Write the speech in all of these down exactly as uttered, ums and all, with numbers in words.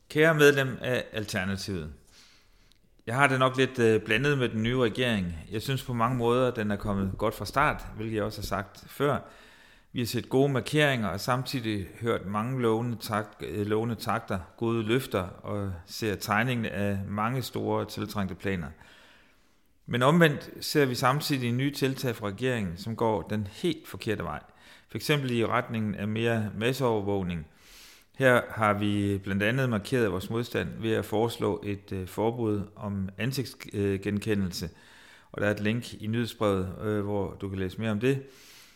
Kære medlem af Alternativet. Jeg har det nok lidt blandet med den nye regering. Jeg synes på mange måder, at den er kommet godt fra start, hvilket jeg også har sagt før. Vi har set gode markeringer og samtidig hørt mange lovende, tak, lovende takter, gode løfter og ser tegningen af mange store tiltrængte planer. Men omvendt ser vi samtidig nye tiltag fra regeringen, som går den helt forkerte vej. For eksempel i retningen af mere masseovervågning. Her har vi blandt andet markeret vores modstand ved at foreslå et øh, forbud om ansigtsgenkendelse. Og der er et link i nyhedsbrevet, øh, hvor du kan læse mere om det.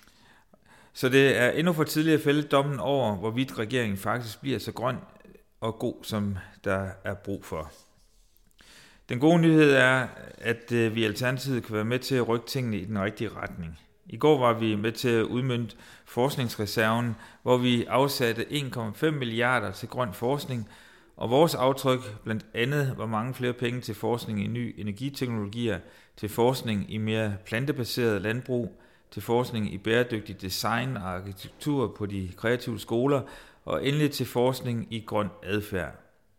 Så det er endnu for tidligt at fælde dommen over, hvorvidt regeringen faktisk bliver så grøn og god, som der er brug for. Den gode nyhed er, at øh, vi i Alternativet kan være med til at rykke tingene i den rigtige retning. I går var vi med til at udmønte forskningsreserven, hvor vi afsatte en komma fem milliarder til grøn forskning, og vores aftryk blandt andet var mange flere penge til forskning i nye energiteknologier, til forskning i mere plantebaseret landbrug, til forskning i bæredygtig design og arkitektur på de kreative skoler, og endelig til forskning i grøn adfærd.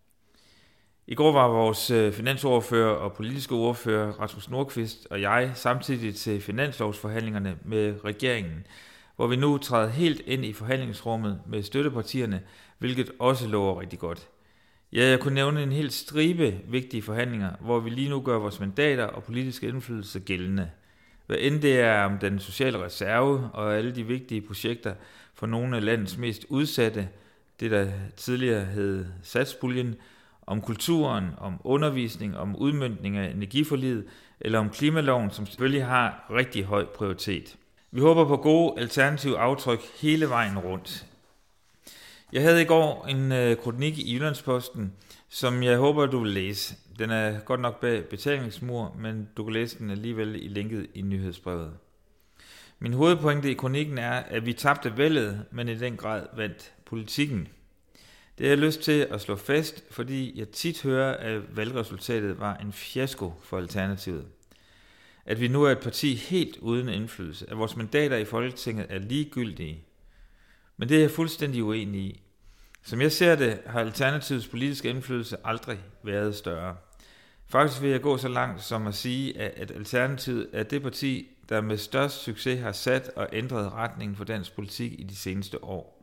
I går var vores finansordfører og politiske ordfører Rasmus Nordqvist og jeg samtidig til finanslovsforhandlingerne med regeringen, hvor vi nu træder helt ind i forhandlingsrummet med støttepartierne, hvilket også lover rigtig godt. Ja, jeg kunne nævne en hel stribe vigtige forhandlinger, hvor vi lige nu gør vores mandater og politiske indflydelse gældende. Hvad end det er om den sociale reserve og alle de vigtige projekter for nogle af landets mest udsatte, det der tidligere hed satspuljen, om kulturen, om undervisning, om udmøntning af energiforliget, eller om klimaloven, som selvfølgelig har rigtig høj prioritet. Vi håber på gode alternative aftryk hele vejen rundt. Jeg havde i går en øh, kronik i Jyllandsposten, som jeg håber, du vil læse. Den er godt nok bag betalingsmur, men du kan læse den alligevel i linket i nyhedsbrevet. Min hovedpointe i kronikken er, at vi tabte valget, men i den grad vandt politikken. Det har jeg lyst til at slå fast, fordi jeg tit hører, at valgresultatet var en fiasko for Alternativet. At vi nu er et parti helt uden indflydelse, at vores mandater i Folketinget er ligegyldige. Men det er jeg fuldstændig uenig i. Som jeg ser det, har Alternativets politiske indflydelse aldrig været større. Faktisk vil jeg gå så langt som at sige, at Alternativet er det parti, der med størst succes har sat og ændret retningen for dansk politik i de seneste år.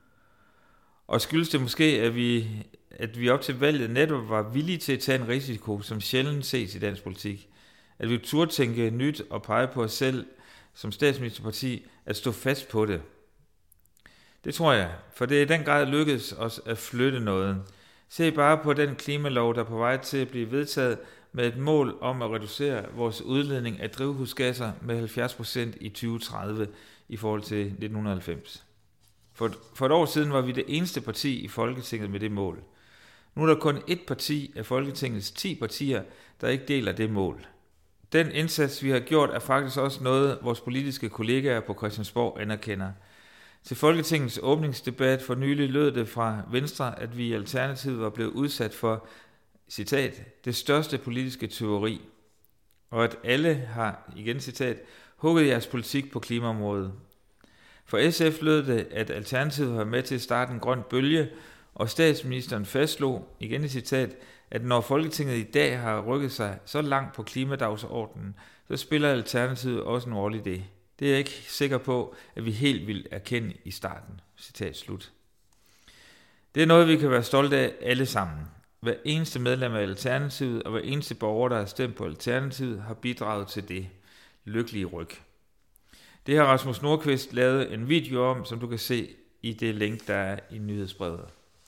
Og skyldes det måske, at vi, at vi op til valget netop var villige til at tage en risiko, som sjældent ses i dansk politik. At vi turde tænke nyt og pege på os selv som statsministerparti at stå fast på det. Det tror jeg, for det er i den grad lykkedes os at flytte noget. Se bare på den klimalov, der er på vej til at blive vedtaget med et mål om at reducere vores udledning af drivhusgasser med halvfjerds procent i tyve tredive i forhold til nitten halvfems. For, for et år siden var vi det eneste parti i Folketinget med det mål. Nu er der kun ét parti af Folketingets ti partier, der ikke deler det mål. Den indsats, vi har gjort, er faktisk også noget, vores politiske kollegaer på Christiansborg anerkender. Til Folketingets åbningsdebat for nylig lød det fra Venstre, at vi i Alternativet var blevet udsat for, citat, det største politiske tyveri, og at alle har, igen citat, hugget jeres politik på klimaområdet. For S F lød det, at Alternativet var med til at starte en grøn bølge, og statsministeren fastslog, igen i citat, at når Folketinget i dag har rykket sig så langt på klimadagsordenen, så spiller Alternativet også en rolle i det. Det er jeg ikke sikker på, at vi helt vil erkende i starten. Citat slut. Det er noget, vi kan være stolte af alle sammen. Hver eneste medlem af Alternativet og hver eneste borger, der har stemt på Alternativet, har bidraget til det lykkelige ryg. Det har Rasmus Nordqvist lavet en video om, som du kan se i det link, der er i nyhedsbrevet.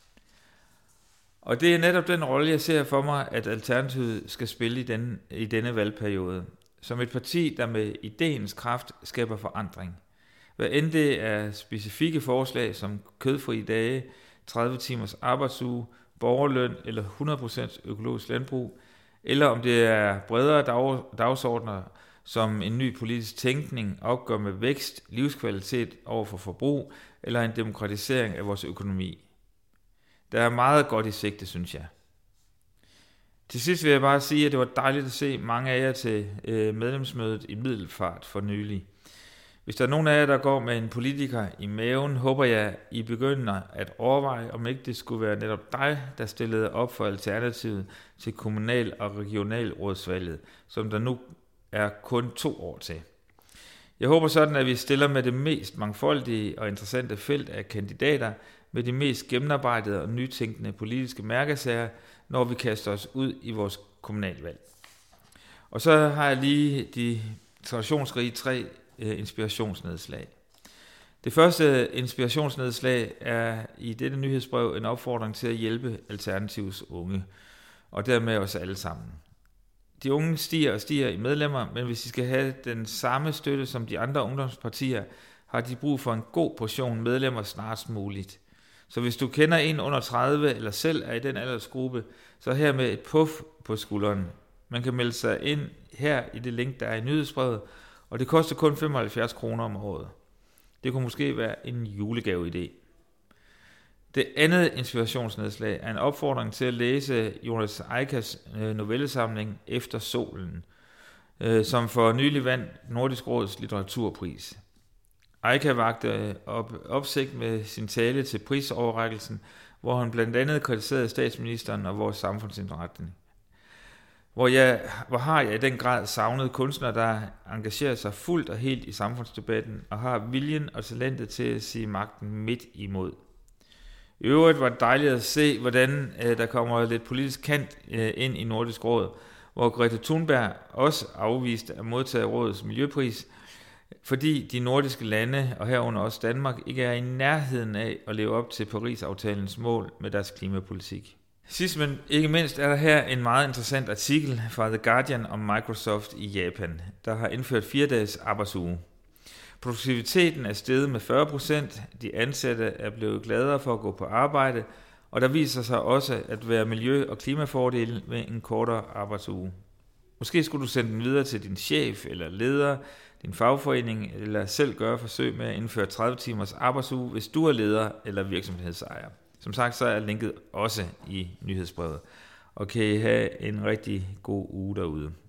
Og det er netop den rolle, jeg ser for mig, at Alternativet skal spille i, den, i denne valgperiode. Som et parti, der med idéens kraft skaber forandring. Hvad end det er specifikke forslag som kødfri dage, tredive timers arbejdsuge, borgerløn eller hundrede procent økologisk landbrug, eller om det er bredere dag, dagsordner som en ny politisk tænkning, opgør med vækst, livskvalitet over for forbrug, eller en demokratisering af vores økonomi. Der er meget godt i sigte, synes jeg. Til sidst vil jeg bare sige, at det var dejligt at se mange af jer til medlemsmødet i Middelfart for nylig. Hvis der er nogen af jer, der går med en politiker i maven, håber jeg, I begynder at overveje, om ikke det skulle være netop dig, der stillede op for Alternativet til kommunal- og regionalrådsvalget, som der nu er kun to år til. Jeg håber sådan, at vi stiller med det mest mangfoldige og interessante felt af kandidater, med de mest gennemarbejdede og nytænkende politiske mærkesager, når vi kaster os ud i vores kommunalvalg. Og så har jeg lige de traditionsrige tre eh, inspirationsnedslag. Det første inspirationsnedslag er i dette nyhedsbrev en opfordring til at hjælpe Alternativets unge, og dermed os alle sammen. De unge stiger og stiger i medlemmer, men hvis de skal have den samme støtte som de andre ungdomspartier, har de brug for en god portion medlemmer snarest muligt. Så hvis du kender en under tredive eller selv er i den aldersgruppe, så her med et puff på skulderen. Man kan melde sig ind her i det link, der er i nyhedsbrevet, og det koster kun femoghalvfjerds kroner om året. Det kunne måske være en julegave-idé. Det andet inspirationsnedslag er en opfordring til at læse Jonas Eikas novellesamling Efter solen, som for nylig vandt Nordisk Råds litteraturpris. Eika vagte op, opsigt med sin tale til prisoverrækkelsen, hvor han blandt andet kritiserede statsministeren og vores samfundsindretning. Hvor, jeg, hvor har jeg i den grad savnet kunstnere, der engagerer sig fuldt og helt i samfundsdebatten og har viljen og talentet til at sige magten midt imod. I øvrigt var det dejligt at se, hvordan øh, der kommer lidt politisk kant øh, ind i Nordisk Råd, hvor Greta Thunberg også afviste at modtage rådets miljøpris, fordi de nordiske lande, og herunder også Danmark, ikke er i nærheden af at leve op til Paris-aftalens mål med deres klimapolitik. Sidst men ikke mindst er der her en meget interessant artikel fra The Guardian om Microsoft i Japan, der har indført fire dages arbejdsuge. Produktiviteten er steget med fyrre procent, de ansatte er blevet gladere for at gå på arbejde, og der viser sig også at være miljø- og klimafordele ved en kortere arbejdsuge. Måske skulle du sende den videre til din chef eller leder, din fagforening, eller selv gøre forsøg med at indføre tredive timers arbejdsuge, hvis du er leder eller virksomhedsejer. Som sagt, så er linket også i nyhedsbrevet. Og kan I have en rigtig god uge derude.